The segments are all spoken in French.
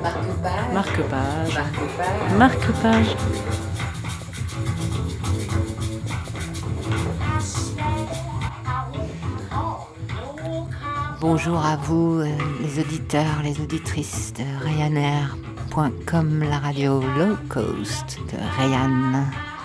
Marque-page. Marque-page. Marque-page. Marque-page. Bonjour à vous, les auditeurs, les auditrices de Ryanair.com, la radio low cost de Ryan.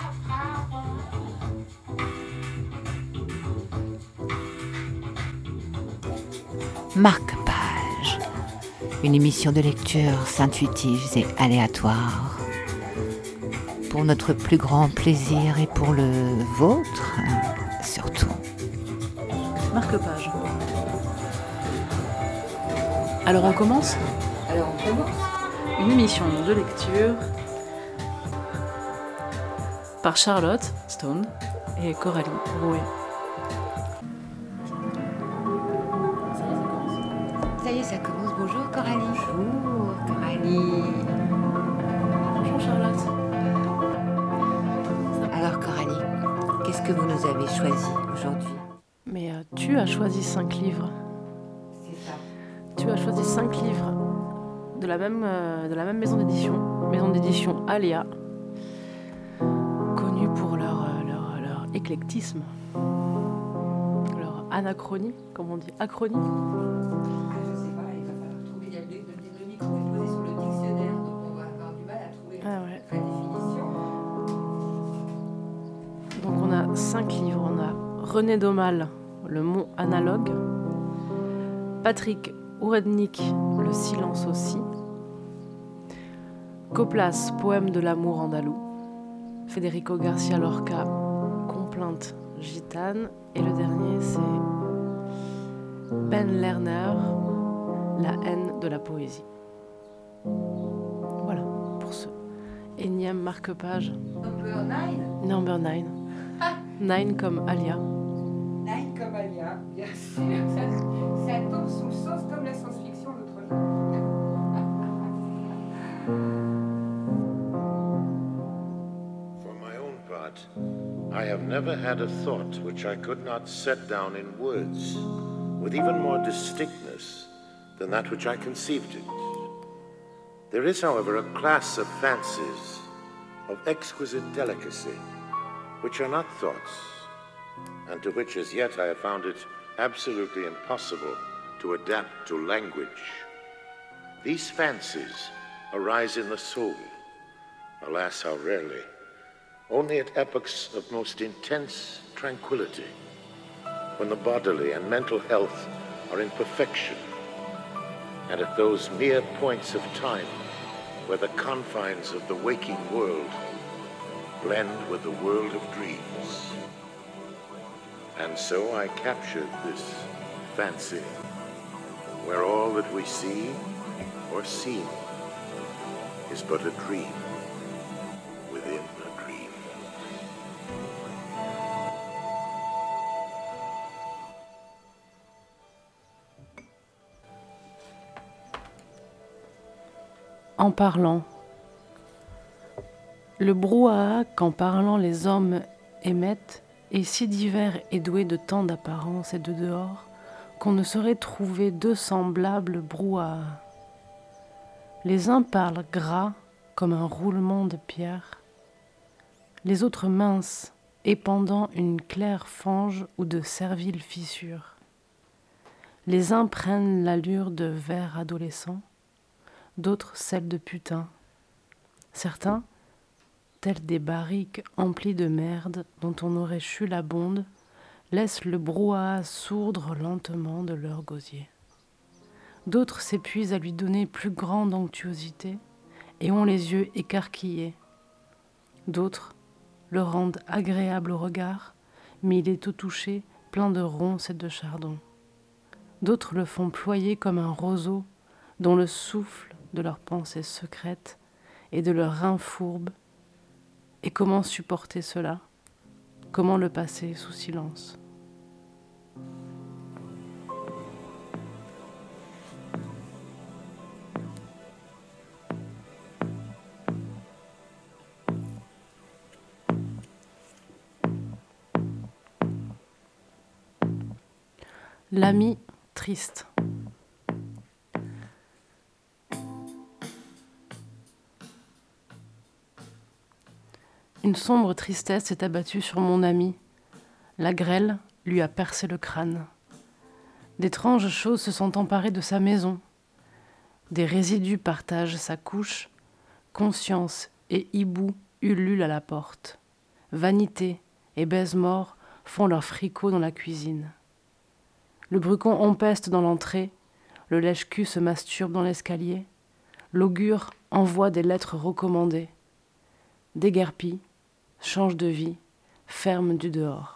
Marque-page, une émission de lecture intuitive et aléatoire. Pour notre plus grand plaisir et pour le vôtre, surtout. Marque-page. Alors on commence ? Une émission de lecture par Charlotte Stone et Coralie Rouet. Ça y est, ça commence. Bonjour Coralie. Bonjour Coralie. Bonjour Charlotte. Alors Coralie, qu'est-ce que vous nous avez choisi aujourd'hui ? Mais tu as choisi 5 livres. C'est ça. Tu as choisi 5 livres de la même maison d'édition Aléa, connue pour leur éclectisme, leur anachronie, comme on dit, achronie. Je sais pas, il va falloir trouver. Le micro est posé sur le dictionnaire, donc on va avoir du mal à trouver Ah ouais. la définition. Donc on a 5 livres. On a René Daumal, Le mont analogue, Patrick Ourednik, Le silence aussi, Coplas, Poème de l'amour andalou, Federico Garcia Lorca, Complainte gitane, et le dernier c'est Ben Lerner, La haine de la poésie. Voilà pour ce énième marque-page. Number 9. Number 9. 9 comme Alia. 9 comme Alia, bien sûr. Ça tombe sous le sens comme la science-fiction l'autre jour. For my own part, I have never had a thought which I could not set down in words with even more distinctness than that which I conceived it. There is, however, a class of fancies of exquisite delicacy which are not thoughts, and to which as yet I have found it absolutely impossible to adapt to language. These fancies arise in the soul, alas how rarely, only at epochs of most intense tranquility, when the bodily and mental health are in perfection, and at those mere points of time where the confines of the waking world blend with the world of dreams. And so I captured this fancy, where all that we see or seem is but a dream within a dream. En parlant. Le brouhaha qu'en parlant les hommes émettent est si divers et doué de tant d'apparence et de dehors qu'on ne saurait trouver deux semblables brouhahas. Les uns parlent gras comme un roulement de pierre, les autres minces, épandant une claire fange ou de serviles fissures. Les uns prennent l'allure de vers adolescents, d'autres celle de putains. Certains, tels des barriques emplies de merde dont on aurait chu la bonde, laissent le brouhaha sourdre lentement de leur gosier. D'autres s'épuisent à lui donner plus grande onctuosité et ont les yeux écarquillés. D'autres le rendent agréable au regard, mais il est au toucher plein de ronces et de chardon. D'autres le font ployer comme un roseau dont le souffle de leurs pensées secrètes et de leurs reins fourbes. Et comment supporter cela ? Comment le passer sous silence ? L'ami triste. Une sombre tristesse s'est abattue sur mon ami. La grêle lui a percé le crâne. D'étranges choses se sont emparées de sa maison. Des résidus partagent sa couche. Conscience et hibou ululent à la porte. Vanité et baise-mort font leur fricot dans la cuisine. Le brucon empeste dans l'entrée. Le lèche-cul se masturbe dans l'escalier. L'augure envoie des lettres recommandées. Déguerpit, change de vie, ferme du dehors.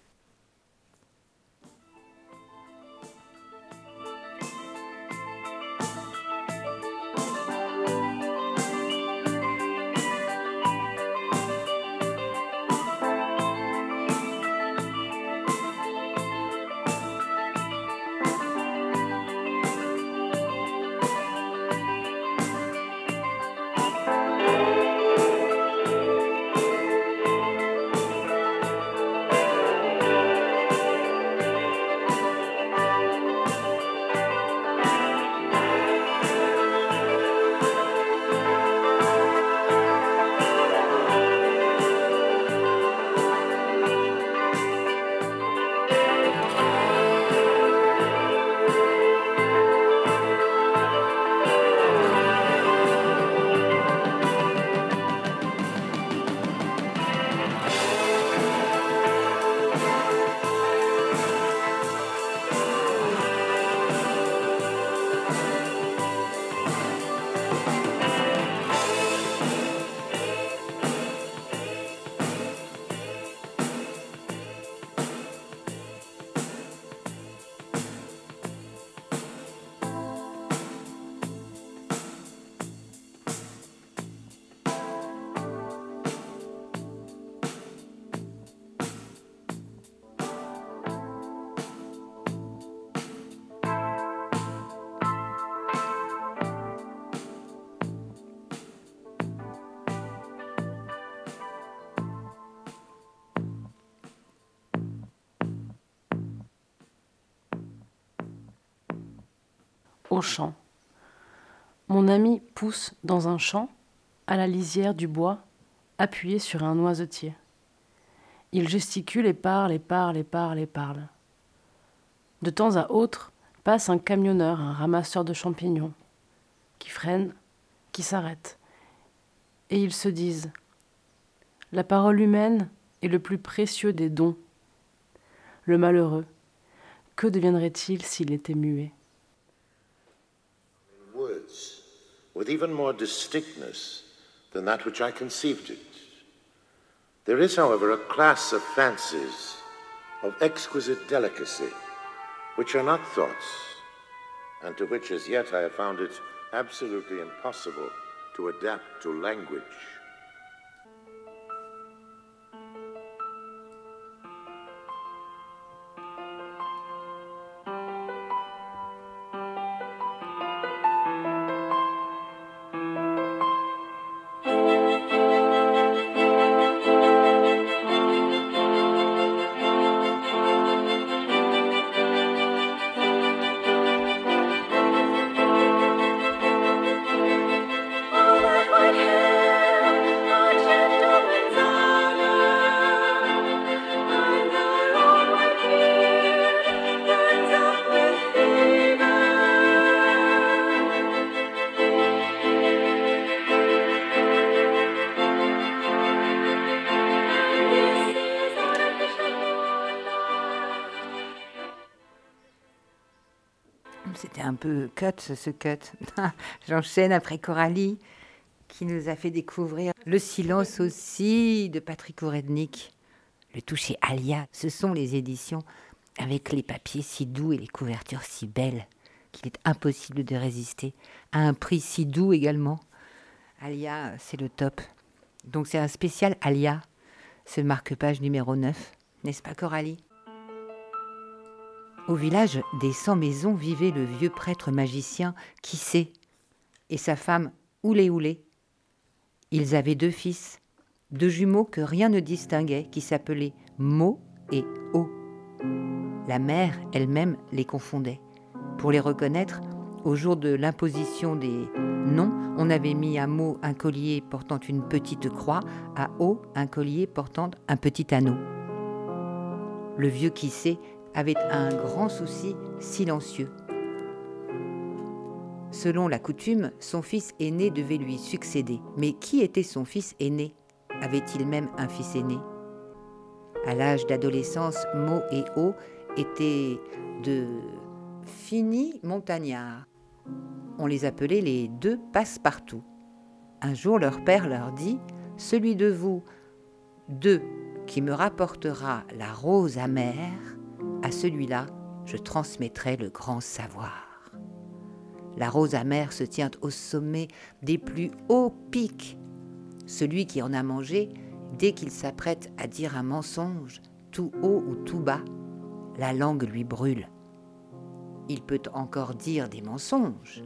Au champ. Mon ami pousse dans un champ, à la lisière du bois, appuyé sur un noisetier. Il gesticule et parle. De temps à autre, passe un camionneur, un ramasseur de champignons, qui freine, qui s'arrête. Et ils se disent « La parole humaine est le plus précieux des dons. Le malheureux, que deviendrait-il s'il était muet ?» Words, with even more distinctness than that which I conceived it. There is, however, a class of fancies of exquisite delicacy, which are not thoughts, and to which as yet I have found it absolutely impossible to adapt to language. C'était un peu cut, ce cut. J'enchaîne après Coralie, qui nous a fait découvrir Le silence aussi de Patrick Ourednik. Le toucher Alia, ce sont les éditions avec les papiers si doux et les couvertures si belles qu'il est impossible de résister, à un prix si doux également. Alia, c'est le top. Donc c'est un spécial Alia, ce marque-page numéro 9, n'est-ce pas Coralie ? Au village des 100 maisons vivait le vieux prêtre magicien Kissé et sa femme Oulé. Ils avaient 2 fils, 2 jumeaux que rien ne distinguait, qui s'appelaient Mo et O. La mère elle-même les confondait. Pour les reconnaître, Au jour de l'imposition des noms, on avait mis à Mo un collier portant une petite croix, à O un collier portant un petit anneau. Le vieux qui sait avait un grand souci silencieux. Selon la coutume, son fils aîné devait lui succéder. Mais qui était son fils aîné ? Avait-il même un fils aîné ? À l'âge d'adolescence, Mo et O étaient de finis montagnards. On les appelait les deux passe-partout. Un jour, leur père leur dit « Celui de vous deux qui me rapportera la rose amère, à celui-là, je transmettrai le grand savoir. » La rose amère se tient au sommet des plus hauts pics. Celui qui en a mangé, dès qu'il s'apprête à dire un mensonge, tout haut ou tout bas, la langue lui brûle. Il peut encore dire des mensonges.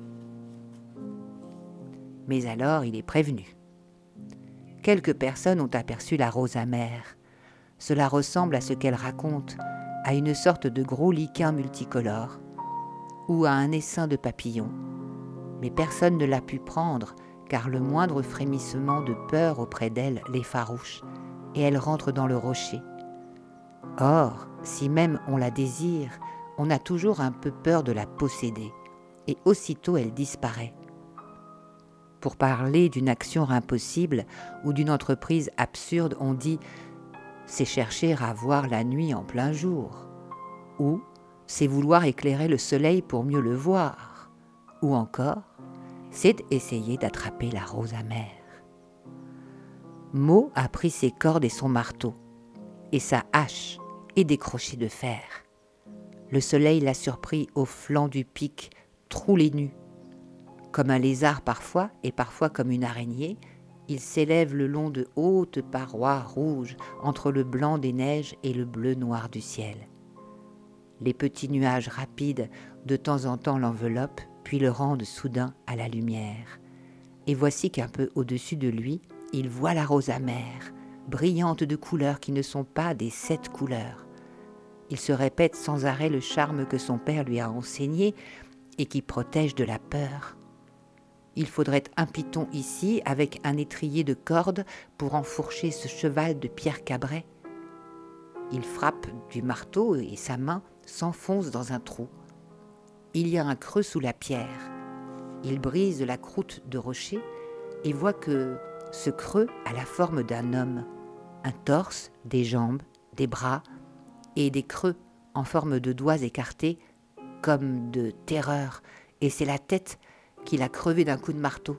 Mais alors il est prévenu. Quelques personnes ont aperçu la rose amère. Cela ressemble à ce qu'elle raconte, à une sorte de gros liquin multicolore, ou à un essaim de papillons. Mais personne ne l'a pu prendre, car le moindre frémissement de peur auprès d'elle l'effarouche, et elle rentre dans le rocher. Or, si même on la désire, on a toujours un peu peur de la posséder, et aussitôt elle disparaît. Pour parler d'une action impossible ou d'une entreprise absurde, on dit « c'est chercher à voir la nuit en plein jour » ou « c'est vouloir éclairer le soleil pour mieux le voir » ou encore « c'est essayer d'attraper la rose amère ». Mo a pris ses cordes et son marteau, et sa hache et des crochets de fer. Le soleil l'a surpris au flanc du pic, troulé nu. Comme un lézard parfois, et parfois comme une araignée, il s'élève le long de hautes parois rouges entre le blanc des neiges et le bleu noir du ciel. Les petits nuages rapides de temps en temps l'enveloppent, puis le rendent soudain à la lumière. Et voici qu'un peu au-dessus de lui, il voit la rose amère, brillante de couleurs qui ne sont pas des 7 couleurs. Il se répète sans arrêt le charme que son père lui a enseigné et qui protège de la peur. Il faudrait un piton ici avec un étrier de corde pour enfourcher ce cheval de Pierre Cabret. Il frappe du marteau et sa main s'enfonce dans un trou. Il y a un creux sous la pierre. Il brise la croûte de rocher et voit que ce creux a la forme d'un homme. Un torse, des jambes, des bras et des creux en forme de doigts écartés comme de terreur. Et c'est la tête qu'il a crevé d'un coup de marteau.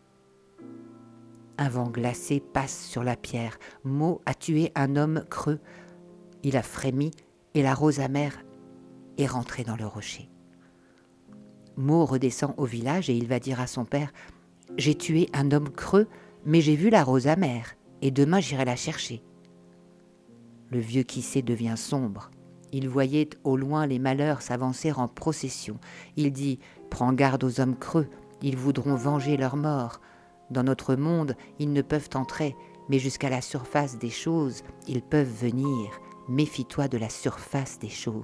Un vent glacé passe sur la pierre. Mo a tué un homme creux. Il a frémi et la rose amère est rentrée dans le rocher. Mo redescend au village et il va dire à son père « J'ai tué un homme creux, mais j'ai vu la rose amère et demain j'irai la chercher. » Le vieux qui sait devient sombre. Il voyait au loin les malheurs s'avancer en procession. Il dit « Prends garde aux hommes creux, ils voudront venger leur mort. Dans notre monde, ils ne peuvent entrer, mais jusqu'à la surface des choses, ils peuvent venir. Méfie-toi de la surface des choses. »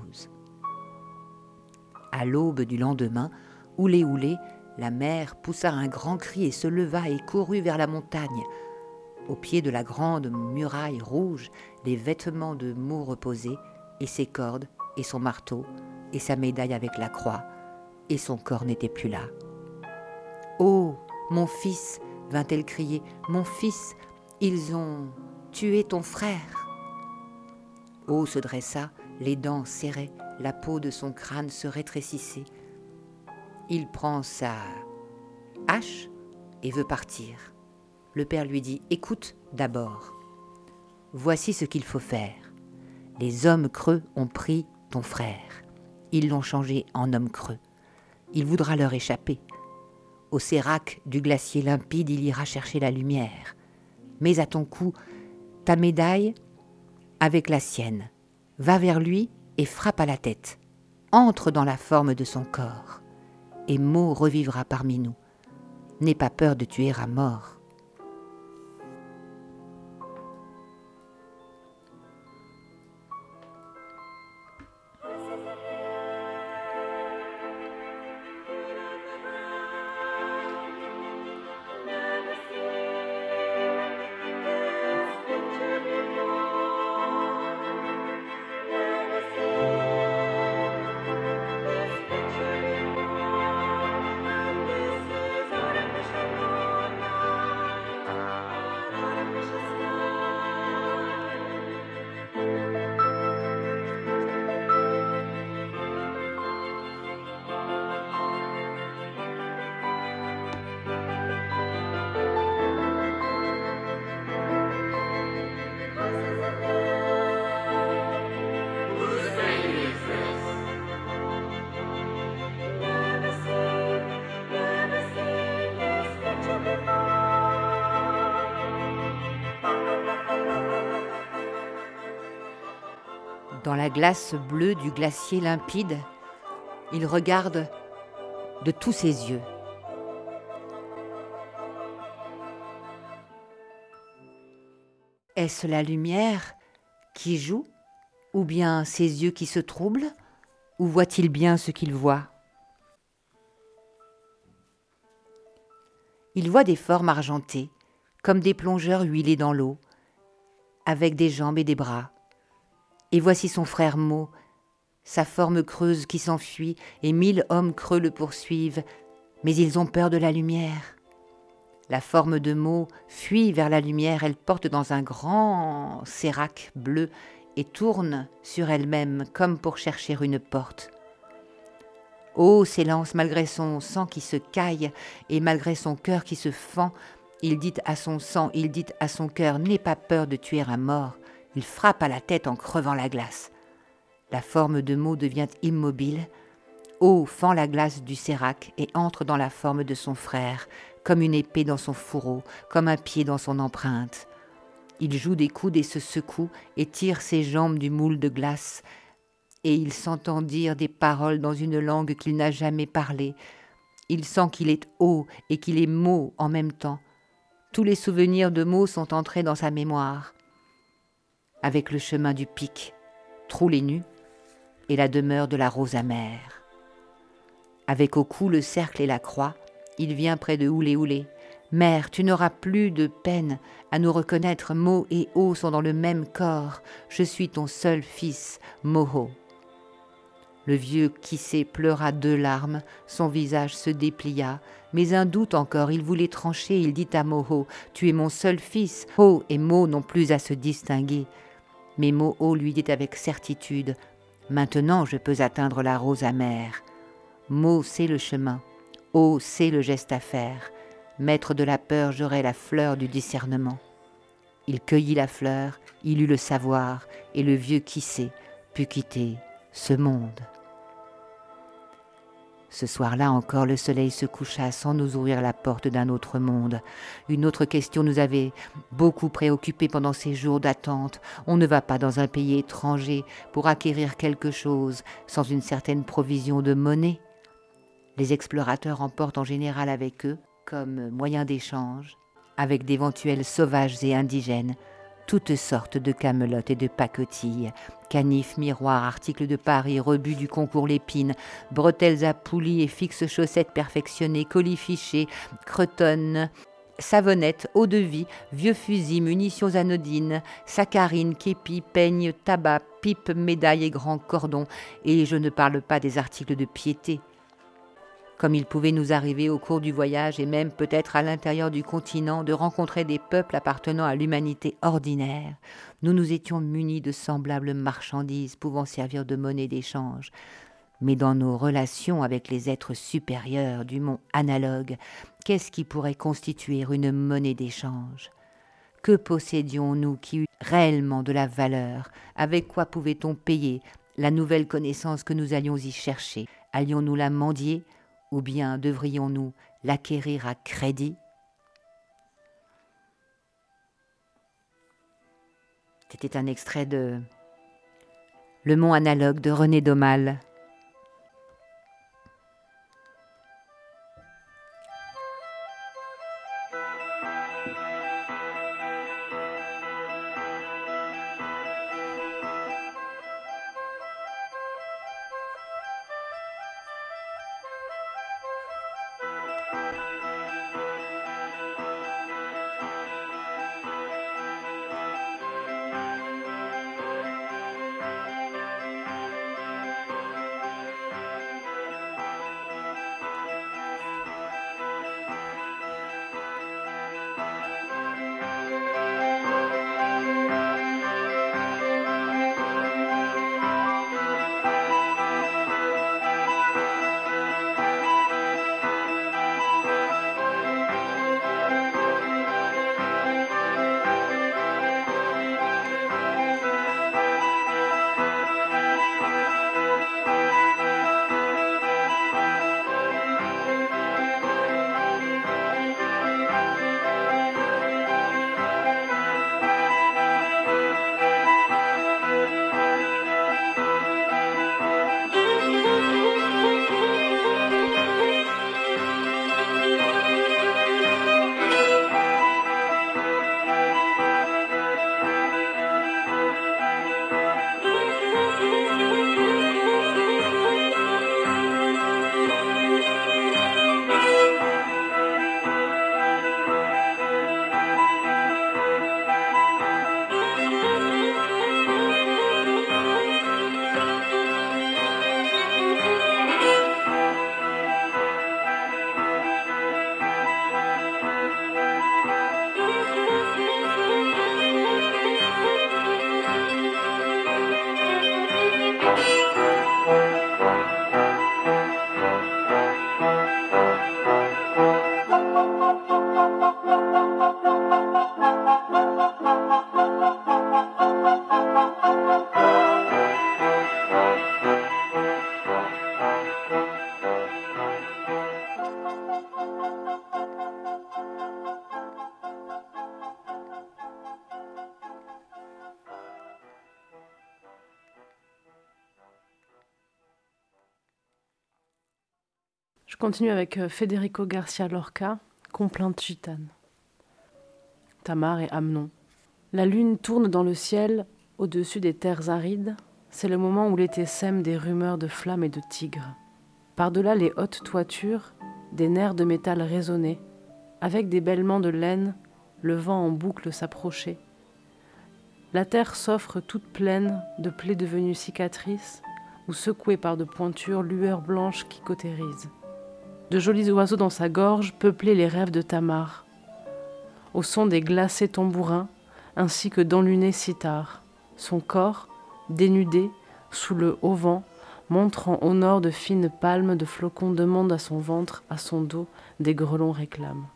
À l'aube du lendemain, oulé oulé, la mère poussa un grand cri et se leva et courut vers la montagne. Au pied de la grande muraille rouge, les vêtements de Mo reposaient, et ses cordes, et son marteau, et sa médaille avec la croix, et son corps n'était plus là. « Oh, mon fils !» vint-elle crier, « mon fils, ils ont tué ton frère !» Oh se dressa, les dents serrées, la peau de son crâne se rétrécissait. Il prend sa hache et veut partir. Le père lui dit « Écoute d'abord, voici ce qu'il faut faire. Les hommes creux ont pris ton frère. Ils l'ont changé en homme creux. Il voudra leur échapper. Au sérac du glacier limpide, il ira chercher la lumière. Mets à ton cou ta médaille avec la sienne. Va vers lui et frappe à la tête. Entre dans la forme de son corps. Et Mo revivra parmi nous. N'aie pas peur de tuer à mort. » Dans la glace bleue du glacier limpide, il regarde de tous ses yeux. Est-ce la lumière qui joue, ou bien ses yeux qui se troublent, ou voit-il bien ce qu'il voit ? Il voit des formes argentées, comme des plongeurs huilés dans l'eau, avec des jambes et des bras. Et voici son frère Mo, sa forme creuse qui s'enfuit, et 1000 hommes creux le poursuivent, mais ils ont peur de la lumière. La forme de Mo fuit vers la lumière, elle porte dans un grand sérac bleu et tourne sur elle-même comme pour chercher une porte. Oh, s'élance malgré son sang qui se caille et malgré son cœur qui se fend, il dit à son sang, il dit à son cœur, n'aie pas peur de tuer un mort. Il frappe à la tête en crevant la glace. La forme de Mo devient immobile. Oh fend la glace du sérac et entre dans la forme de son frère, comme une épée dans son fourreau, comme un pied dans son empreinte. Il joue des coudes et se secoue et tire ses jambes du moule de glace. Et il s'entend dire des paroles dans une langue qu'il n'a jamais parlée. Il sent qu'il est haut et qu'il est Mo en même temps. Tous les souvenirs de Mo sont entrés dans sa mémoire. Avec le chemin du pic, Trou les nus et la demeure de la rose amère. Avec au cou le cercle et la croix, il vient près de Oulé Oulé. Mère, tu n'auras plus de peine à nous reconnaître, Mo et O sont dans le même corps. Je suis ton seul fils, Moho. Le vieux Kissé pleura 2 larmes, son visage se déplia, mais un doute encore, il voulait trancher, il dit à Moho, « Tu es mon seul fils, Ho et Mo n'ont plus à se distinguer. » Mais Moho lui dit avec certitude, « Maintenant je peux atteindre la rose amère. » Mo sait le chemin, O sait le geste à faire. Maître de la peur, j'aurai la fleur du discernement. Il cueillit la fleur, il eut le savoir, et le vieux Kissé put quitter ce monde. Ce soir-là encore, le soleil se coucha sans nous ouvrir la porte d'un autre monde. Une autre question nous avait beaucoup préoccupés pendant ces jours d'attente. On ne va pas dans un pays étranger pour acquérir quelque chose sans une certaine provision de monnaie. Les explorateurs emportent en général avec eux, comme moyen d'échange, avec d'éventuels sauvages et indigènes, toutes sortes de camelotes et de pacotilles, canifs, miroirs, articles de Paris, rebuts du concours Lépine, bretelles à poulies et fixes chaussettes perfectionnées, colis fichés, cretonnes, savonnettes, eau de vie, vieux fusils, munitions anodines, saccharines, képis, peignes, tabac, pipes, médailles et grands cordons, et je ne parle pas des articles de piété. Comme il pouvait nous arriver au cours du voyage et même peut-être à l'intérieur du continent de rencontrer des peuples appartenant à l'humanité ordinaire, nous nous étions munis de semblables marchandises pouvant servir de monnaie d'échange. Mais dans nos relations avec les êtres supérieurs du monde analogue, qu'est-ce qui pourrait constituer une monnaie d'échange ? Que possédions-nous qui eût réellement de la valeur ? Avec quoi pouvait-on payer la nouvelle connaissance que nous allions y chercher ? Allions-nous la mendier ? Ou bien devrions-nous l'acquérir à crédit ? C'était un extrait de Le Mont analogue de René Daumal. Je continue avec Federico Garcia Lorca, Complainte gitane. Tamar et Amnon. La lune tourne dans le ciel, au-dessus des terres arides. C'est le moment où l'été sème des rumeurs de flammes et de tigres. Par-delà les hautes toitures, des nerfs de métal résonnaient. Avec des bêlements de laine, le vent en boucle s'approchait. La terre s'offre toute pleine de plaies devenues cicatrices ou secouées par de pointures lueurs blanches qui cautérisent. De jolis oiseaux dans sa gorge peuplaient les rêves de Tamar, au son des glacés tambourins ainsi que d'enlunés cithars. Son corps, dénudé, sous le haut vent, montrant au nord de fines palmes de flocons demandent à son ventre, à son dos, des grelons réclament.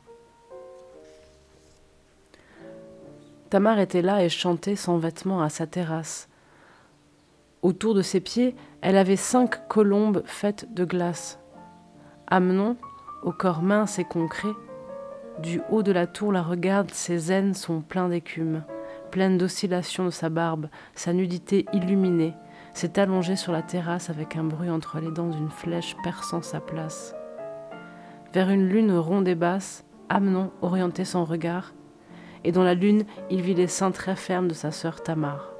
Tamar était là et chantait sans vêtements à sa terrasse. Autour de ses pieds, elle avait 5 colombes faites de glace. Amnon, au corps mince et concret, du haut de la tour la regarde, ses aines sont pleines d'écume, pleines d'oscillations de sa barbe, sa nudité illuminée, s'est allongé sur la terrasse avec un bruit entre les dents d'une flèche perçant sa place. Vers une lune ronde et basse, Amnon orientait son regard, et dans la lune, il vit les seins très fermes de sa sœur Tamar.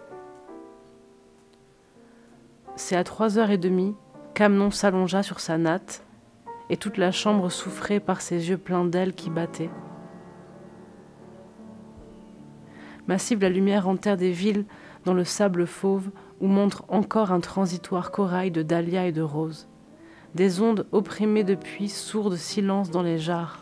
C'est à 3h30 qu'Amnon s'allongea sur sa natte, et toute la chambre souffrait par ses yeux pleins d'ailes qui battaient. Massive la lumière enterre des villes dans le sable fauve où montre encore un transitoire corail de dahlias et de roses. Des ondes opprimées depuis sourdes silence dans les jarres.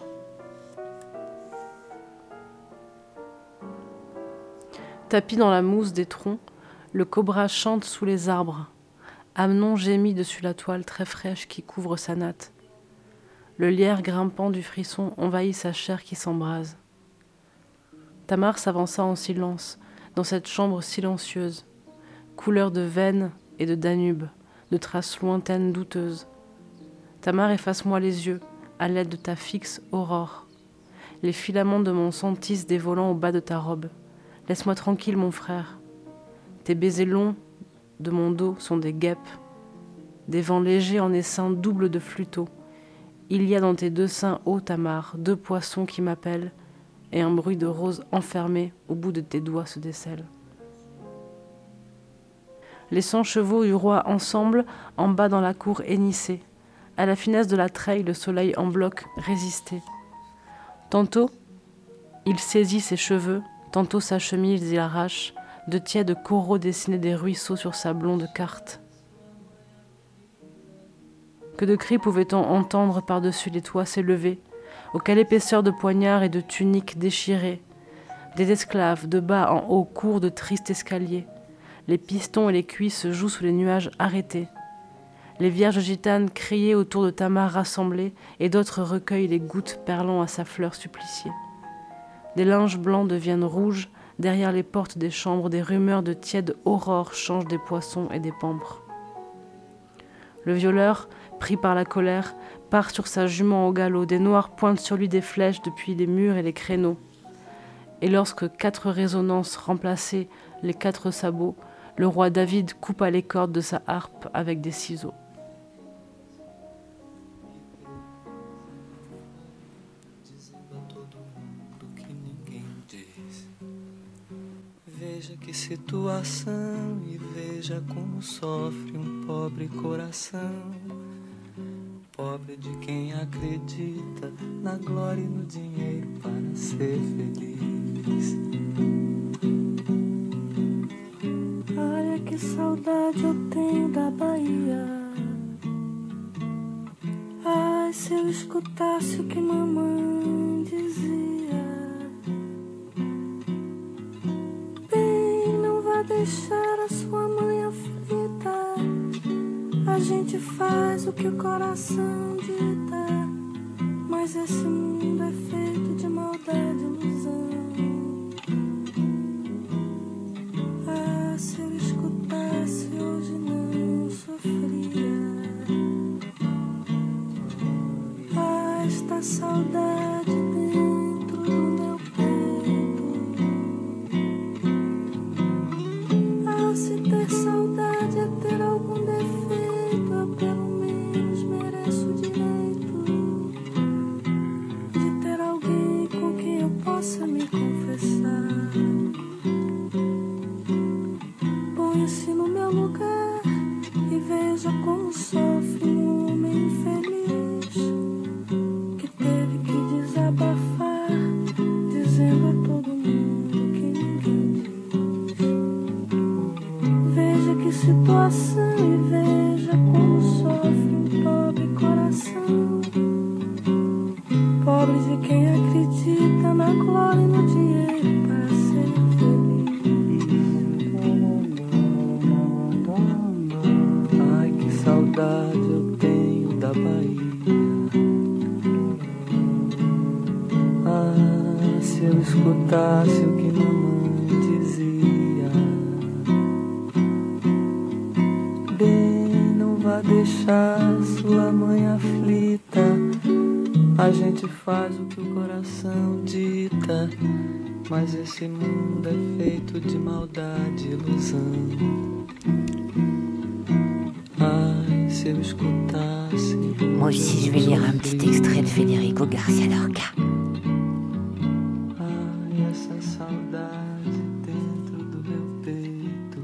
Tapi dans la mousse des troncs, le cobra chante sous les arbres. Amnon gémit dessus la toile très fraîche qui couvre sa natte. Le lierre grimpant du frisson envahit sa chair qui s'embrase. Tamar s'avança en silence dans cette chambre silencieuse, couleur de veine et de Danube, de traces lointaines douteuses. Tamar, efface-moi les yeux, à l'aide de ta fixe aurore. Les filaments de mon sang tissent des volants au bas de ta robe. Laisse-moi tranquille, mon frère. Tes baisers longs de mon dos sont des guêpes. Des vents légers en essaim double de flûteaux. Il y a dans tes 2 seins hauts, Tamar, 2 poissons qui m'appellent, et un bruit de rose enfermé au bout de tes doigts se décèle. Les 100 chevaux du roi ensemble, en bas dans la cour hennissée. À la finesse de la treille, le soleil en bloc résistait. Tantôt, il saisit ses cheveux, tantôt sa chemise il arrache, de tièdes coraux dessinaient des ruisseaux sur sa blonde carte. Que de cris pouvait-on entendre par-dessus les toits s'élever, auquel épaisseur de poignards et de tuniques déchirées. Des esclaves, de bas en haut, courent de tristes escaliers. Les pistons et les cuisses jouent sous les nuages arrêtés. Les vierges gitanes criaient autour de Tamar rassemblées, et d'autres recueillent les gouttes perlant à sa fleur suppliciée. Des linges blancs deviennent rouges, derrière les portes des chambres, des rumeurs de tiède aurore changent des poissons et des pampres. Le violeur, pris par la colère, part sur sa jument au galop, des noirs pointent sur lui des flèches depuis les murs et les créneaux. Et lorsque 4 résonances remplaçaient les 4 sabots, le roi David coupa les cordes de sa harpe avec des ciseaux. Veja que situação e veja como sofre pobre coração, pobre de quem acredita na glória e no dinheiro para ser feliz. Olha que saudade eu tenho da Bahia. Ai, se eu escutasse o que mamãe dizia. Bem, não vá deixar a sua mãe aflita. A gente faz o que o coração dita, mas esse mundo é feito de maldade e ilusão. Ah, se eu escutasse hoje não sofria. Ah, esta saudade dentro do meu peito. Ah, se ter saudade é ter algum defeito, eu pelo menos mereço o direito acredita na glória e no dinheiro para ser feliz. Ai, que saudade eu tenho da Bahia. Ah, se eu escutasse o que mamãe dizia. Bem, não vá deixar sua mãe aflita. A gente faz o que o coração dita, mas esse mundo é feito de maldade e ilusão. Ai, se eu escutasse. Moi aussi, je vais lire un petit extrait de Federico Garcia Lorca. Ai, essa saudade dentro do meu peito.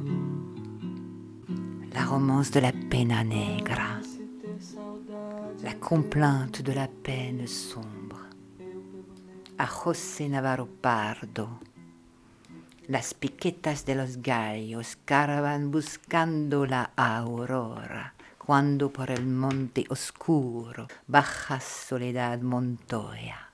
La romance de la pena negra. La complainte de la peine sombre. A José Navarro Pardo. Las piquetas de los gallos caravan buscando la aurora, cuando por el monte oscuro baja Soledad Montoya.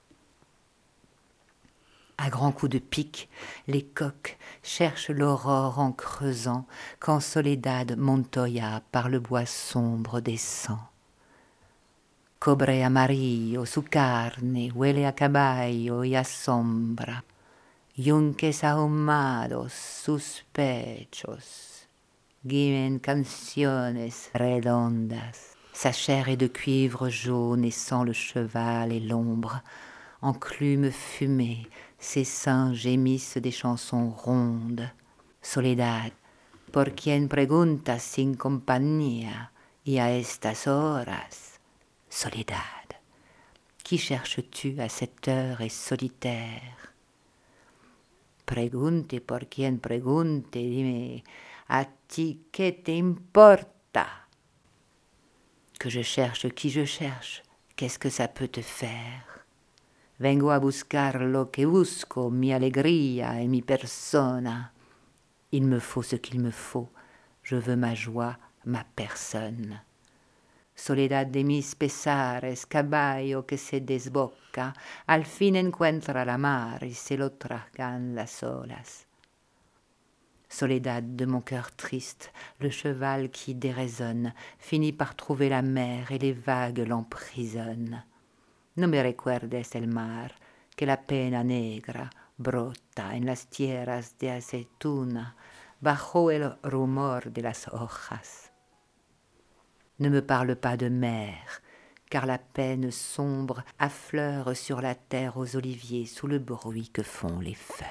À grands coups de pique, les coqs cherchent l'aurore en creusant, quand Soledad Montoya par le bois sombre descend. Cobre amarillo, su carne huele a caballo y a sombra. Yunques ahumados, sus pechos gimen canciones redondas. Sa chair est de cuivre jaune et sent le cheval et l'ombre. Enclume fumée, ses seins gémissent des chansons rondes. Soledad, por quien preguntas sin compañía y a estas horas. Soledad, qui cherches-tu à cette heure et solitaire? Pregunte por quien pregunte, dime, a ti que te importa? Que je cherche qui je cherche, qu'est-ce que ça peut te faire? Vengo a buscar lo que busco, mi alegría et mi persona. Il me faut ce qu'il me faut, je veux ma joie, ma personne. Soledad de mis pesares, caballo que se desboca, al fin encuentra la mar y se lo tragan las olas. Soledad de mon cœur triste, le cheval qui déraisonne, finit par trouver la mer et les vagues l'emprisonnent. No me recuerdes el mar, que la pena negra brota en las tierras de aceituna, bajo el rumor de las hojas. Ne me parle pas de mer, car la peine sombre affleure sur la terre aux oliviers sous le bruit que font les feuilles.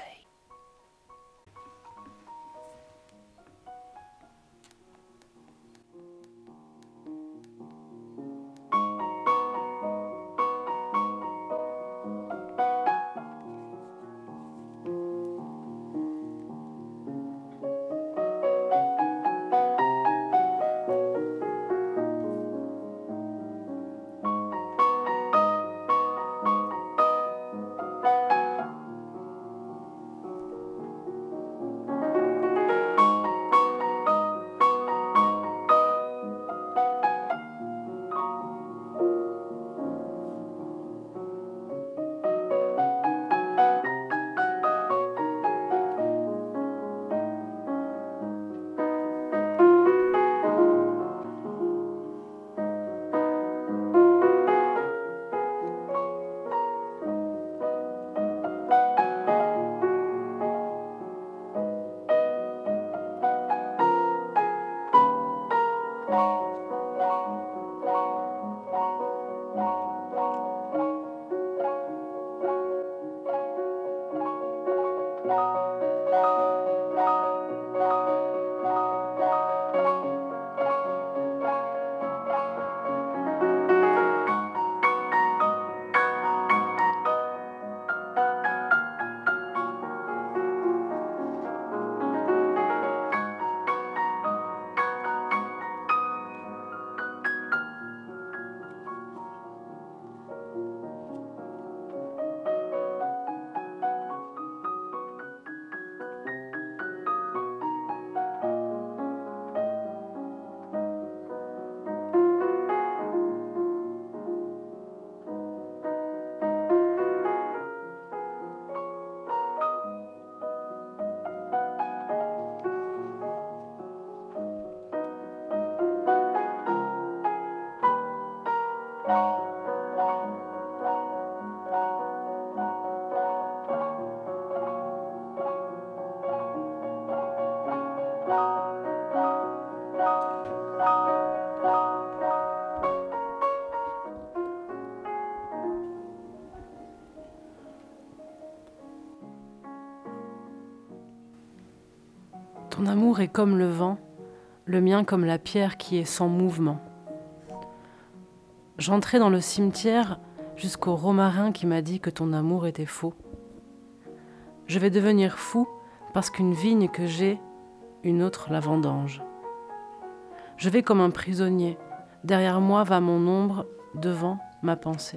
Ton amour est comme le vent, le mien comme la pierre qui est sans mouvement. J'entrais dans le cimetière jusqu'au romarin qui m'a dit que ton amour était faux. Je vais devenir fou parce qu'une vigne que j'ai, une autre la vendange. Je vais comme un prisonnier, derrière moi va mon ombre, devant ma pensée.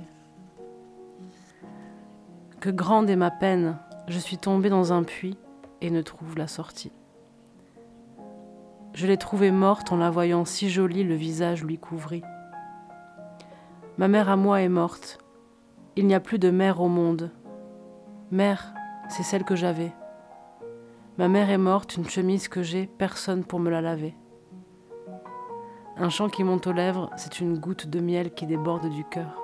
Que grande est ma peine, je suis tombée dans un puits et ne trouve la sortie. Je l'ai trouvée morte en la voyant si jolie, le visage lui couvrit. Ma mère à moi est morte, il n'y a plus de mère au monde. Mère, c'est celle que j'avais. Ma mère est morte, une chemise que j'ai, personne pour me la laver. Un chant qui monte aux lèvres, c'est une goutte de miel qui déborde du cœur.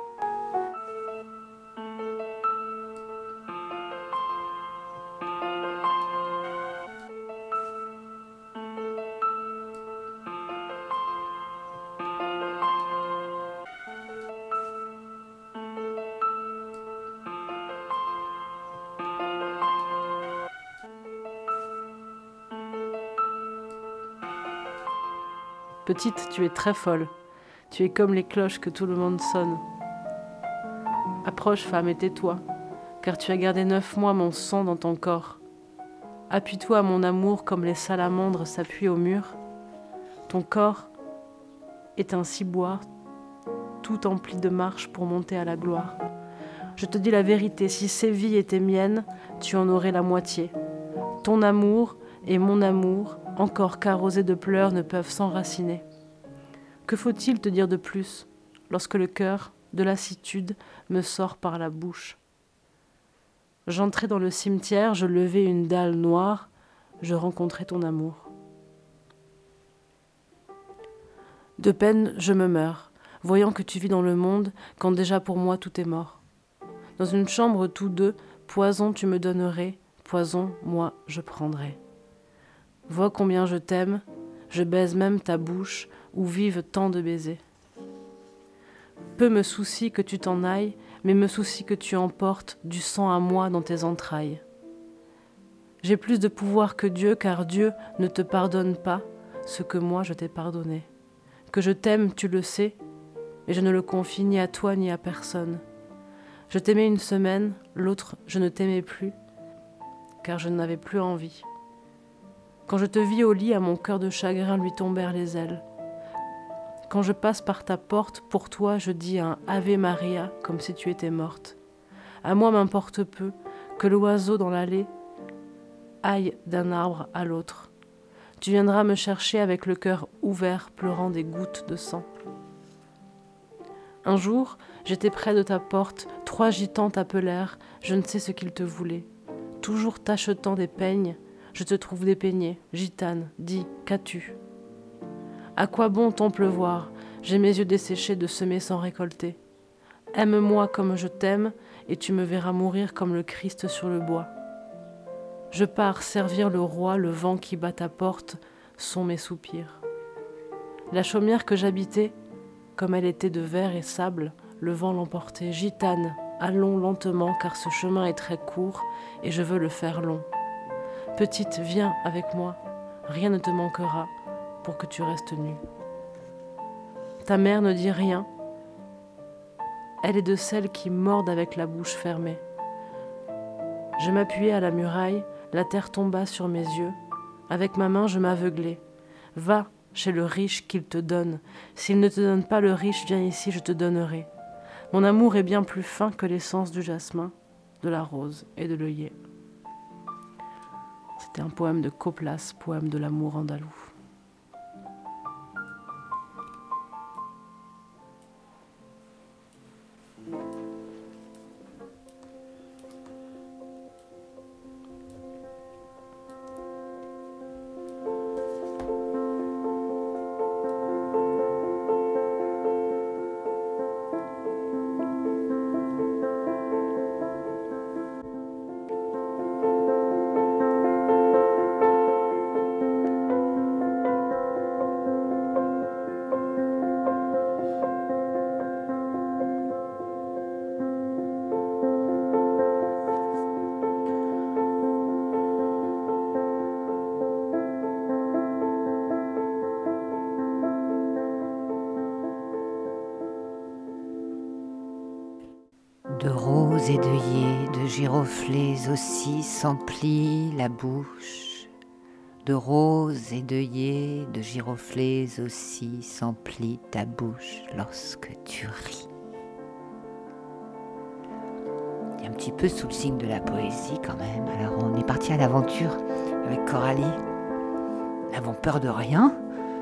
Petite, tu es très folle. Tu es comme les cloches que tout le monde sonne. Approche, femme, et tais-toi, car tu as gardé 9 mois mon sang dans ton corps. Appuie-toi à mon amour comme les salamandres s'appuient au mur. Ton corps est un ciboire, tout empli de marches pour monter à la gloire. Je te dis la vérité, si ces vies étaient miennes, tu en aurais la moitié. Ton amour et mon amour, encore qu'arrosés de pleurs, ne peuvent s'enraciner. Que faut-il te dire de plus, lorsque le cœur, de lassitude, me sort par la bouche? J'entrai dans le cimetière, je levai une dalle noire, je rencontrai ton amour. De peine, je me meurs, voyant que tu vis dans le monde, quand déjà pour moi tout est mort. Dans une chambre tous deux, poison tu me donnerais, poison, moi, je prendrai. Vois combien je t'aime, je baise même ta bouche, où vivent tant de baisers. Peu me soucie que tu t'en ailles, mais me soucie que tu emportes du sang à moi dans tes entrailles. J'ai plus de pouvoir que Dieu, car Dieu ne te pardonne pas ce que moi je t'ai pardonné. Que je t'aime, tu le sais, mais je ne le confie ni à toi ni à personne. Je t'aimais une semaine, l'autre je ne t'aimais plus, car je n'avais plus envie. Quand je te vis au lit, à mon cœur de chagrin lui tombèrent les ailes. Quand je passe par ta porte, pour toi je dis un Ave Maria comme si tu étais morte. À moi m'importe peu que l'oiseau dans l'allée aille d'un arbre à l'autre. Tu viendras me chercher avec le cœur ouvert, pleurant des gouttes de sang. Un jour, j'étais près de ta porte, 3 gitans t'appelèrent, je ne sais ce qu'ils te voulaient. Toujours t'achetant des peignes, je te trouve dépeignée, gitane, dis, qu'as-tu? À quoi bon ton pleuvoir? J'ai mes yeux desséchés de semer sans récolter. Aime-moi comme je t'aime, et tu me verras mourir comme le Christ sur le bois. Je pars servir le roi, le vent qui bat ta porte sont mes soupirs. La chaumière que j'habitais, comme elle était de verre et sable, le vent l'emportait. Gitane, allons lentement, car ce chemin est très court, et je veux le faire long. Petite, viens avec moi, rien ne te manquera pour que tu restes nue. Ta mère ne dit rien, elle est de celles qui mordent avec la bouche fermée. Je m'appuyai à la muraille, la terre tomba sur mes yeux, avec ma main je m'aveuglai. Va chez le riche qu'il te donne, s'il ne te donne pas le riche, viens ici, je te donnerai. Mon amour est bien plus fin que l'essence du jasmin, de la rose et de l'œillet. C'était un poème de Coplas, poème de l'amour andalou. de giroflées aussi s'emplit la bouche, de roses et d'œillets de giroflées aussi s'emplit ta bouche lorsque tu ris. Un petit peu sous le signe de la poésie quand même. Alors on est parti à l'aventure avec Coralie. Nous n'avons peur de rien.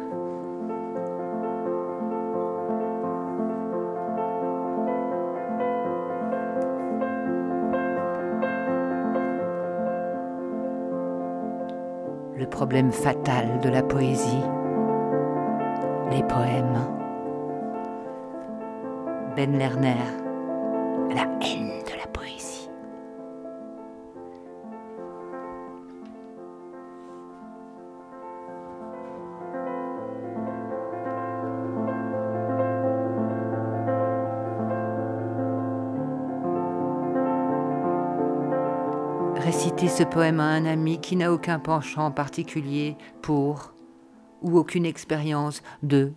Le problème fatal de la poésie, les poèmes. Ben Lerner, la haine de la poésie. Réciter ce poème à un ami qui n'a aucun penchant particulier pour ou aucune expérience de.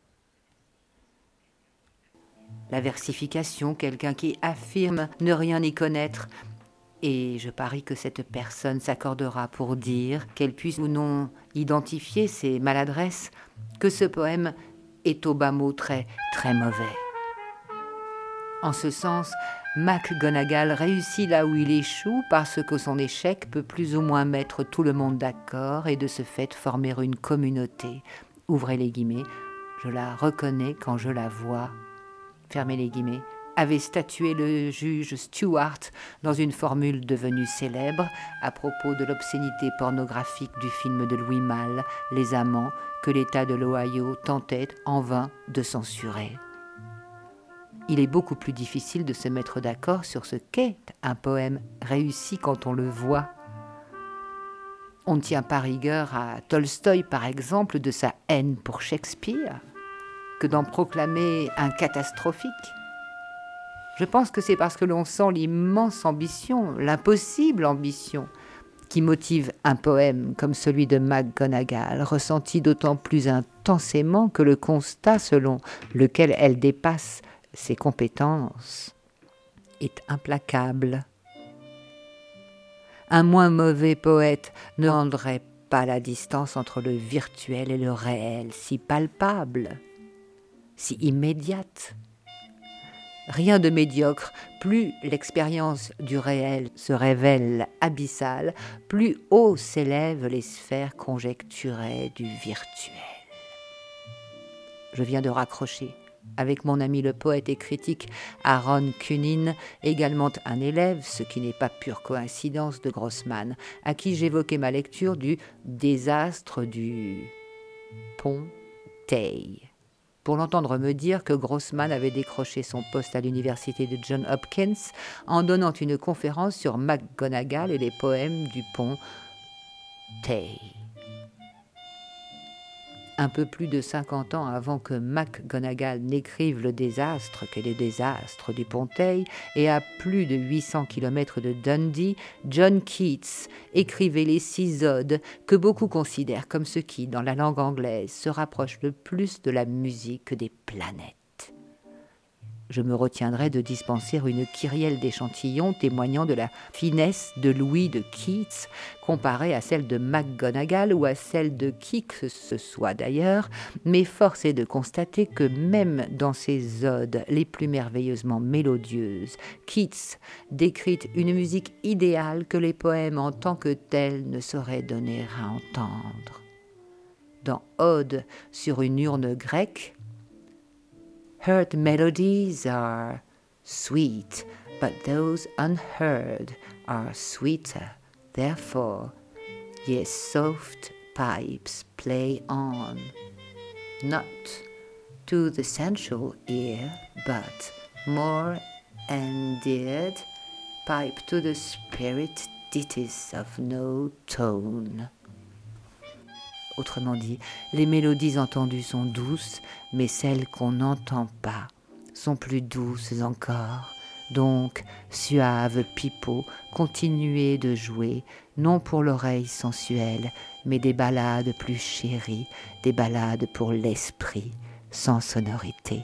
La versification, quelqu'un qui affirme ne rien y connaître, et je parie que cette personne s'accordera pour dire, qu'elle puisse ou non identifier ses maladresses, que ce poème est au bas mot très, très mauvais. En ce sens, McGonagall réussit là où il échoue parce que son échec peut plus ou moins mettre tout le monde d'accord et de ce fait former une communauté. Ouvrez les guillemets, je la reconnais quand je la vois. Fermez les guillemets, avait statué le juge Stewart dans une formule devenue célèbre à propos de l'obscénité pornographique du film de Louis Malle, Les Amants, que l'État de l'Ohio tentait en vain de censurer. Il est beaucoup plus difficile de se mettre d'accord sur ce qu'est un poème réussi quand on le voit. On ne tient pas rigueur à Tolstoï, par exemple, de sa haine pour Shakespeare, que d'en proclamer un catastrophique. Je pense que c'est parce que l'on sent l'immense ambition, l'impossible ambition, qui motive un poème comme celui de McGonagall, ressenti d'autant plus intensément que le constat selon lequel elle dépasse ses compétences est implacable. Un moins mauvais poète ne rendrait pas la distance entre le virtuel et le réel si palpable, si immédiate. Rien de médiocre, plus l'expérience du réel se révèle abyssale, plus haut s'élèvent les sphères conjecturées du virtuel. Je viens de raccrocher avec mon ami le poète et critique Aaron Kunin, également un élève, ce qui n'est pas pure coïncidence, de Grossman, à qui j'évoquais ma lecture du désastre du pont Tay, pour l'entendre me dire que Grossman avait décroché son poste à l'université de Johns Hopkins en donnant une conférence sur McGonagall et les poèmes du pont Tay. Un peu plus de 50 ans avant que McGonagall n'écrive le désastre qu'est le désastre du pont Tay, et à plus de 800 km de Dundee, John Keats écrivait les 6 odes que beaucoup considèrent comme ce qui, dans la langue anglaise, se rapproche le plus de la musique des planètes. Je me retiendrai de dispenser une kyrielle d'échantillons témoignant de la finesse de l'ouïe de Keats comparée à celle de McGonagall ou à celle de qui que ce soit d'ailleurs, mais force est de constater que même dans ses odes les plus merveilleusement mélodieuses, Keats décrit une musique idéale que les poèmes en tant que tels ne sauraient donner à entendre. Dans Ode sur une urne grecque, heard melodies are sweet, but those unheard are sweeter. Therefore, ye soft pipes play on, not to the sensual ear, but more endeared, pipe to the spirit ditties of no tone. Autrement dit, les mélodies entendues sont douces, mais celles qu'on n'entend pas sont plus douces encore. Donc, suave pipeau, continuez de jouer, non pour l'oreille sensuelle, mais des ballades plus chéries, des ballades pour l'esprit, sans sonorité.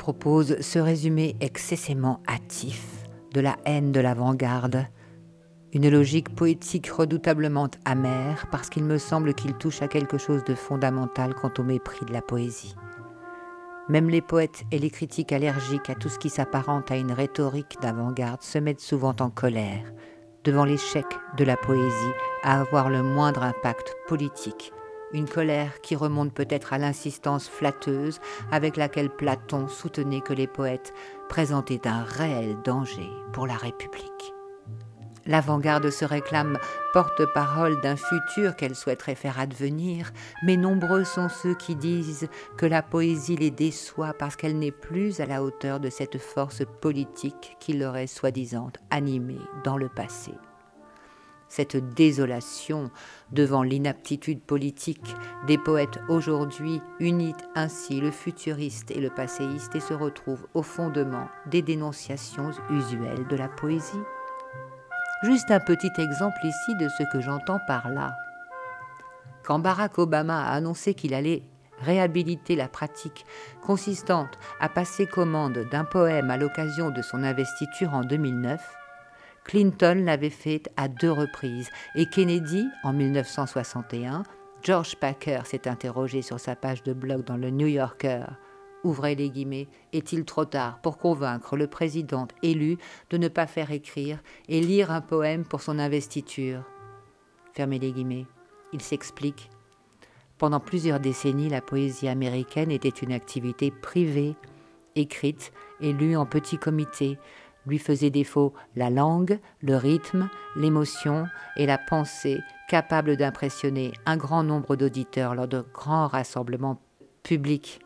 propose ce résumé excessément hâtif de la haine de l'avant-garde, une logique poétique redoutablement amère parce qu'il me semble qu'il touche à quelque chose de fondamental quant au mépris de la poésie. Même les poètes et les critiques allergiques à tout ce qui s'apparente à une rhétorique d'avant-garde se mettent souvent en colère devant l'échec de la poésie à avoir le moindre impact politique. Une colère qui remonte peut-être à l'insistance flatteuse avec laquelle Platon soutenait que les poètes présentaient un réel danger pour la République. L'avant-garde se réclame porte-parole d'un futur qu'elle souhaiterait faire advenir, mais nombreux sont ceux qui disent que la poésie les déçoit parce qu'elle n'est plus à la hauteur de cette force politique qui l'aurait soi-disant animée dans le passé. Cette désolation devant l'inaptitude politique des poètes aujourd'hui unit ainsi le futuriste et le passéiste et se retrouve au fondement des dénonciations usuelles de la poésie. Juste un petit exemple ici de ce que j'entends par là. Quand Barack Obama a annoncé qu'il allait réhabiliter la pratique consistante à passer commande d'un poème à l'occasion de son investiture en 2009, Clinton l'avait fait à 2 reprises et Kennedy en 1961. George Packer s'est interrogé sur sa page de blog dans le New Yorker. Ouvrez les guillemets, est-il trop tard pour convaincre le président élu de ne pas faire écrire et lire un poème pour son investiture? Fermez les guillemets. Il s'explique. Pendant plusieurs décennies, la poésie américaine était une activité privée, écrite et lue en petits comités. Lui faisait défaut la langue, le rythme, l'émotion et la pensée capables d'impressionner un grand nombre d'auditeurs lors de grands rassemblements publics.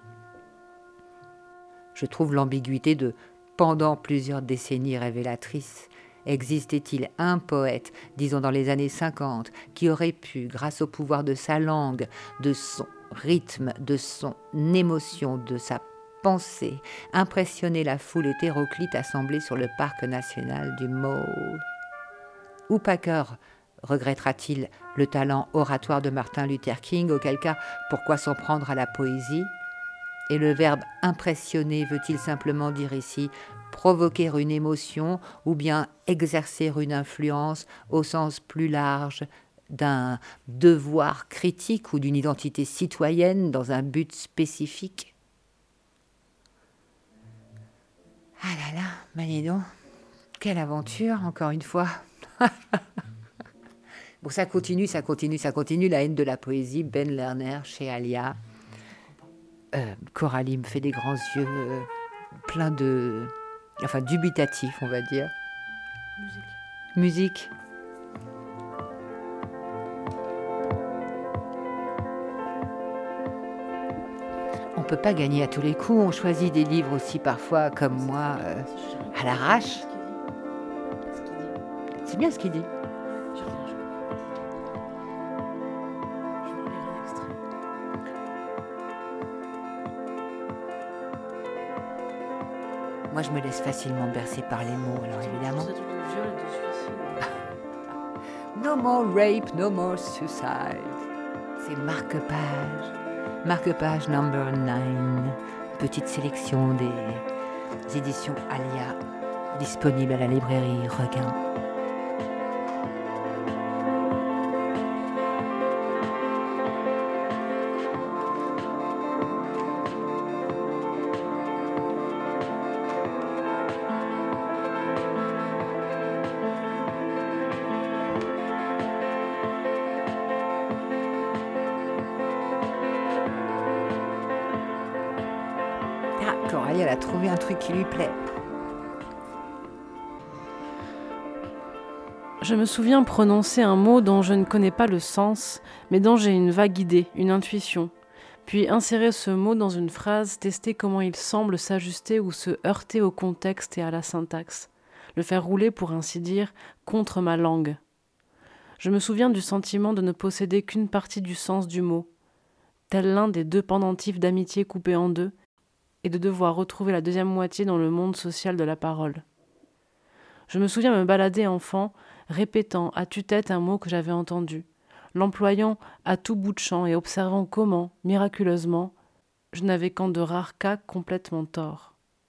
Je trouve l'ambiguïté de « pendant plusieurs décennies révélatrice ». Existait-il un poète, disons dans les années 50, qui aurait pu, grâce au pouvoir de sa langue, de son rythme, de son émotion, de sa pensée, impressionner la foule hétéroclite assemblée sur le parc national du Mole? Ou Packer regrettera-t-il le talent oratoire de Martin Luther King, auquel cas, pourquoi s'en prendre à la poésie? Et le verbe impressionner veut-il simplement dire ici provoquer une émotion ou bien exercer une influence au sens plus large d'un devoir critique ou d'une identité citoyenne dans un but spécifique? Ah là là, ben dis donc, quelle aventure, encore une fois. Bon, ça continue, la haine de la poésie, Ben Lerner chez Alia. Coralie me fait des grands yeux, plein de... enfin, dubitatifs, on va dire. Musique. On peut pas gagner à tous les coups, on choisit des livres aussi parfois, comme moi, à l'arrache. C'est bien ce qu'il dit. Moi, je me laisse facilement bercer par les mots, alors évidemment. No more rape, no more suicide. C'est marque-page number 9. Petite sélection des éditions Alia, disponible à la librairie Requin. Coralie, elle a trouvé un truc qui lui plaît. Je me souviens prononcer un mot dont je ne connais pas le sens, mais dont j'ai une vague idée, une intuition. Puis insérer ce mot dans une phrase, tester comment il semble s'ajuster ou se heurter au contexte et à la syntaxe. Le faire rouler, pour ainsi dire, contre ma langue. Je me souviens du sentiment de ne posséder qu'une partie du sens du mot, tel l'un des 2 pendentifs d'amitié coupés en 2, et de devoir retrouver la deuxième moitié dans le monde social de la parole. Je me souviens me balader enfant, répétant à tue-tête un mot que j'avais entendu, l'employant à tout bout de champ et observant comment, miraculeusement, je n'avais qu'en de rares cas complètement tort.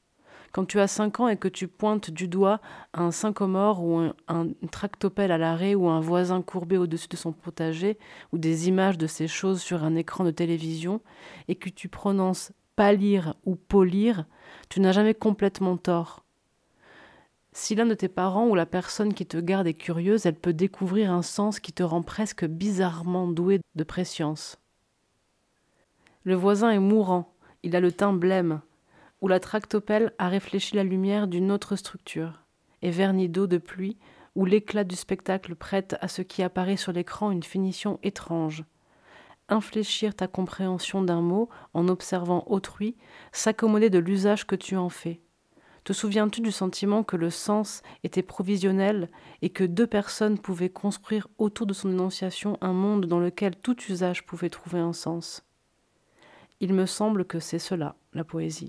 Quand tu as 5 ans et que tu pointes du doigt un sycomore ou un tractopelle à l'arrêt ou un voisin courbé au-dessus de son potager ou des images de ces choses sur un écran de télévision et que tu prononces pâlir ou polir, tu n'as jamais complètement tort. Si l'un de tes parents ou la personne qui te garde est curieuse, elle peut découvrir un sens qui te rend presque bizarrement doué de prescience. Le voisin est mourant, il a le teint blême, ou la tractopelle a réfléchi la lumière d'une autre structure, et vernis d'eau de pluie, où l'éclat du spectacle prête à ce qui apparaît sur l'écran une finition étrange. Infléchir ta compréhension d'un mot en observant autrui, s'accommoder de l'usage que tu en fais. Te souviens-tu du sentiment que le sens était provisionnel et que 2 personnes pouvaient construire autour de son énonciation un monde dans lequel tout usage pouvait trouver un sens ? Il me semble que c'est cela, la poésie.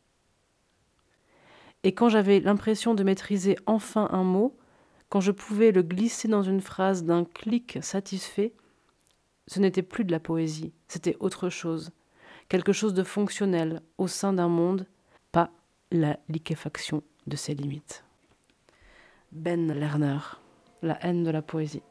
Et quand j'avais l'impression de maîtriser enfin un mot, quand je pouvais le glisser dans une phrase d'un clic satisfait, ce n'était plus de la poésie, c'était autre chose, quelque chose de fonctionnel au sein d'un monde, pas la liquéfaction de ses limites. Ben Lerner, La haine de la poésie.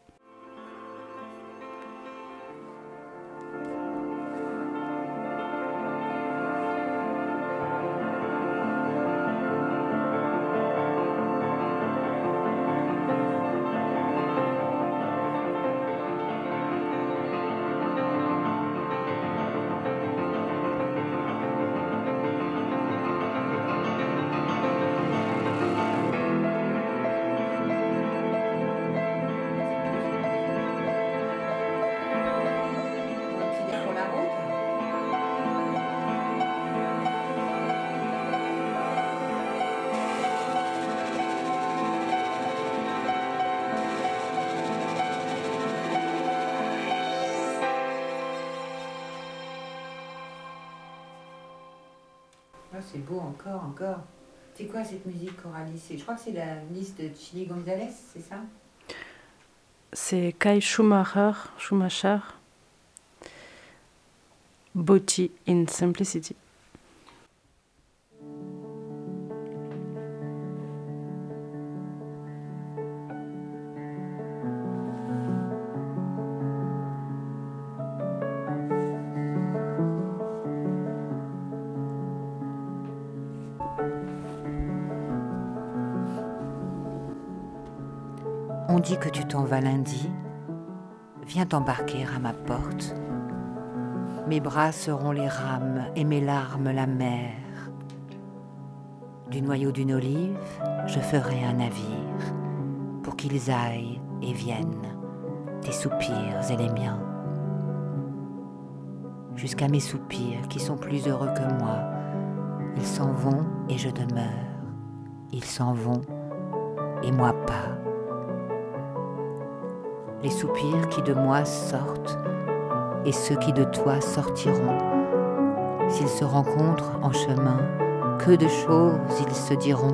C'est beau, encore. C'est quoi cette musique, Coralie? Je crois que c'est la liste de Chili González, c'est ça? C'est Kai Schumacher, Beauty in Simplicity. On dit que tu t'en vas lundi. Viens t'embarquer à ma porte. Mes bras seront les rames et mes larmes la mer. Du noyau d'une olive, je ferai un navire pour qu'ils aillent et viennent, tes soupirs et les miens. Jusqu'à mes soupirs qui sont plus heureux que moi, ils s'en vont et je demeure. Ils s'en vont et moi pas. Les soupirs qui de moi sortent et ceux qui de toi sortiront. S'ils se rencontrent en chemin, que de choses ils se diront.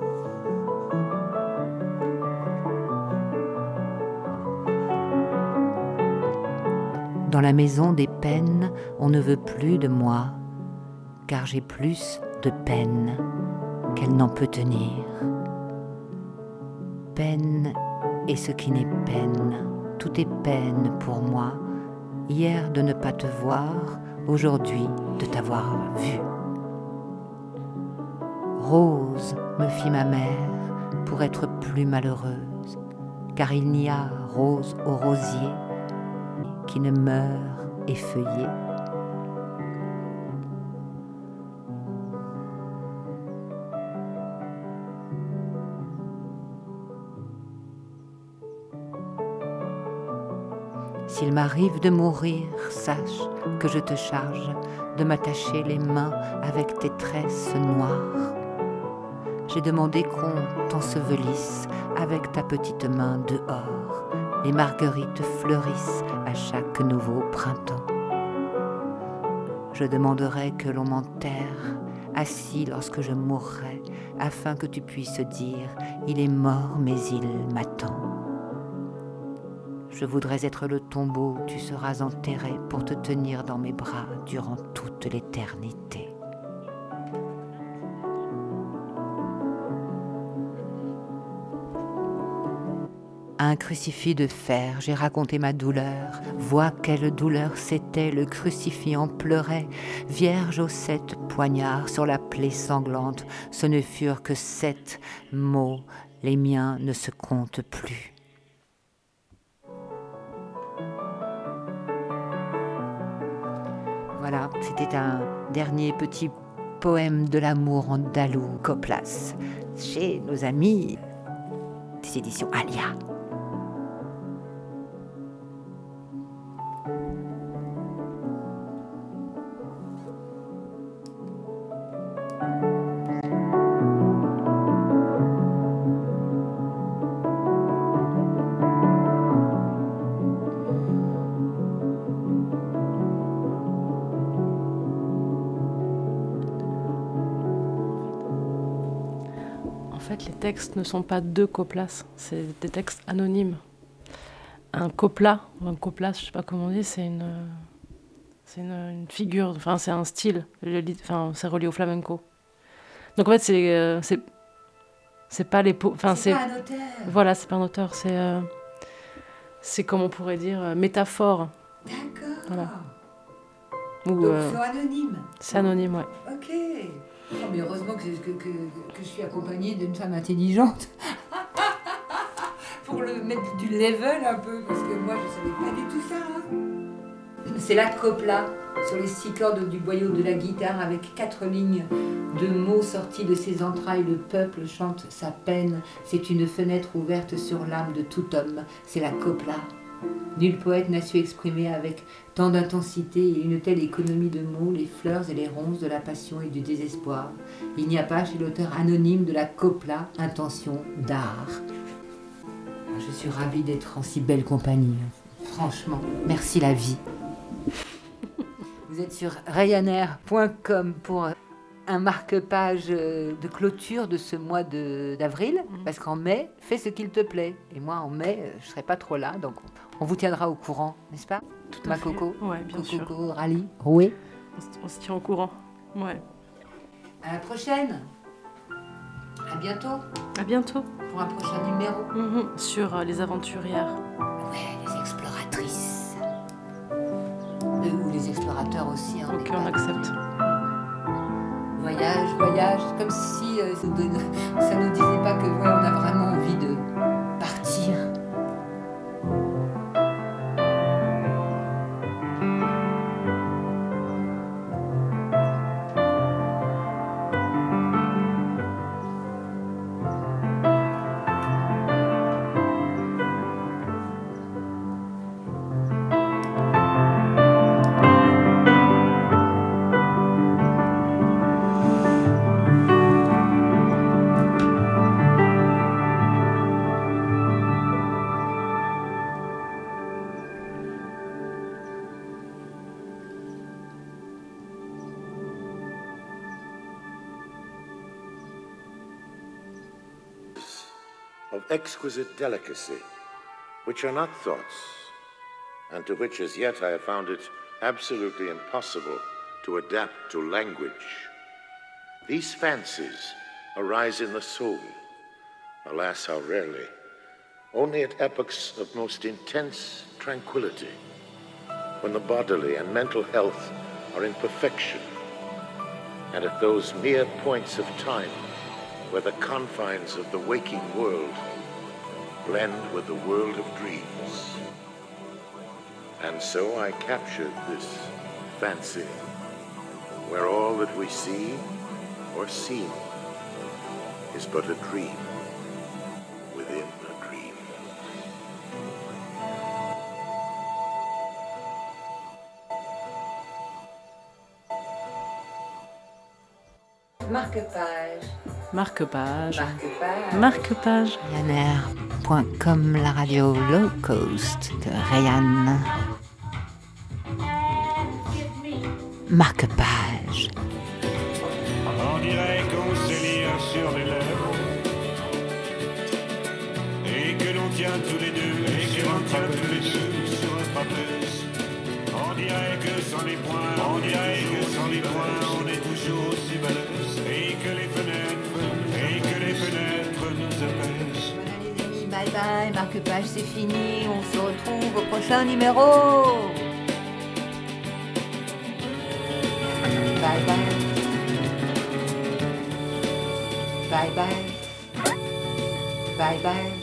Dans la maison des peines, on ne veut plus de moi, car j'ai plus de peine qu'elle n'en peut tenir. Peine est ce qui n'est peine. Tout est peine pour moi, hier de ne pas te voir, aujourd'hui de t'avoir vu. Rose, me fit ma mère, pour être plus malheureuse, car il n'y a rose au rosier qui ne meurt effeuillé. S'il m'arrive de mourir, sache que je te charge de m'attacher les mains avec tes tresses noires. J'ai demandé qu'on t'ensevelisse avec ta petite main dehors. Les marguerites fleurissent à chaque nouveau printemps. Je demanderai que l'on m'enterre, assis lorsque je mourrai, afin que tu puisses dire « Il est mort, mais il m'attend ». Je voudrais être le tombeau où tu seras enterré pour te tenir dans mes bras durant toute l'éternité. à un crucifix de fer, j'ai raconté ma douleur. Vois quelle douleur c'était, le crucifix en pleurait. Vierge aux 7 poignards sur la plaie sanglante, ce ne furent que 7 mots, les miens ne se comptent plus. Voilà, c'était un dernier petit poème de l'amour andalou, Coplas, chez nos amis des éditions Alia. En fait, les textes ne sont pas de Coplas, c'est des textes anonymes. Un copla, ou un coplas, je ne sais pas comment on dit, c'est une figure, enfin c'est un style, enfin c'est relié au flamenco. Donc en fait, c'est pas les enfin c'est pas un auteur. Voilà, c'est pas un auteur, c'est comme on pourrait dire métaphore. D'accord. Voilà. Donc c'est anonyme. C'est anonyme, ouais. Ok. Oh, mais heureusement que je suis accompagnée d'une femme intelligente pour le mettre du level un peu, parce que moi je savais pas du tout ça. Hein. C'est la copla sur les 6 cordes du boyau de la guitare avec 4 lignes de mots sortis de ses entrailles. Le peuple chante sa peine. C'est une fenêtre ouverte sur l'âme de tout homme. C'est la copla. Nul poète n'a su exprimer avec tant d'intensité et une telle économie de mots les fleurs et les ronces de la passion et du désespoir. Il n'y a pas chez l'auteur anonyme de la copla intention d'art. Je suis ravie d'être en si belle compagnie. Franchement, merci la vie. Vous êtes sur ryanair.com pour un marque-page de clôture de ce mois d'avril, parce qu'en mai, fais ce qu'il te plaît. Et moi, en mai, je ne serai pas trop là, donc on vous tiendra au courant, n'est-ce pas? Tout à Ma fait. Coco, Ouais, bien sûr. Coco, Rally, Roué. On se tient au courant. Ouais. À la prochaine. À bientôt À bientôt. pour un prochain numéro. Sur les aventurières. Ouais, les exploratrices. Ou les explorateurs aussi. Hein, Ok, on accepte. Voyage, comme si ça nous disait pas que ouais, on a vraiment envie de partir. Of exquisite delicacy, which are not thoughts, and to which as yet I have found it absolutely impossible to adapt to language. These fancies arise in the soul, alas, how rarely, only at epochs of most intense tranquility, when the bodily and mental health are in perfection, and at those mere points of time where the confines of the waking world blend with the world of dreams. And so I captured this fancy, where all that we see or seem is but a dream within a dream. Marque-page. Marque-page. Marque-page. Marque-page. Ryanair.com, la radio low cost de Ryan. Marque-page. On dirait qu'on sait lire sur les lèvres et que l'on tient tous les deux sur un trapèze. On dirait que sans les poings, on est toujours aussi malheureux et que les fenêtres nous apaisent. Voilà les amis, Bye bye, marque-page, c'est fini. On se retrouve au prochain numéro. Bye bye. Bye bye. Bye bye.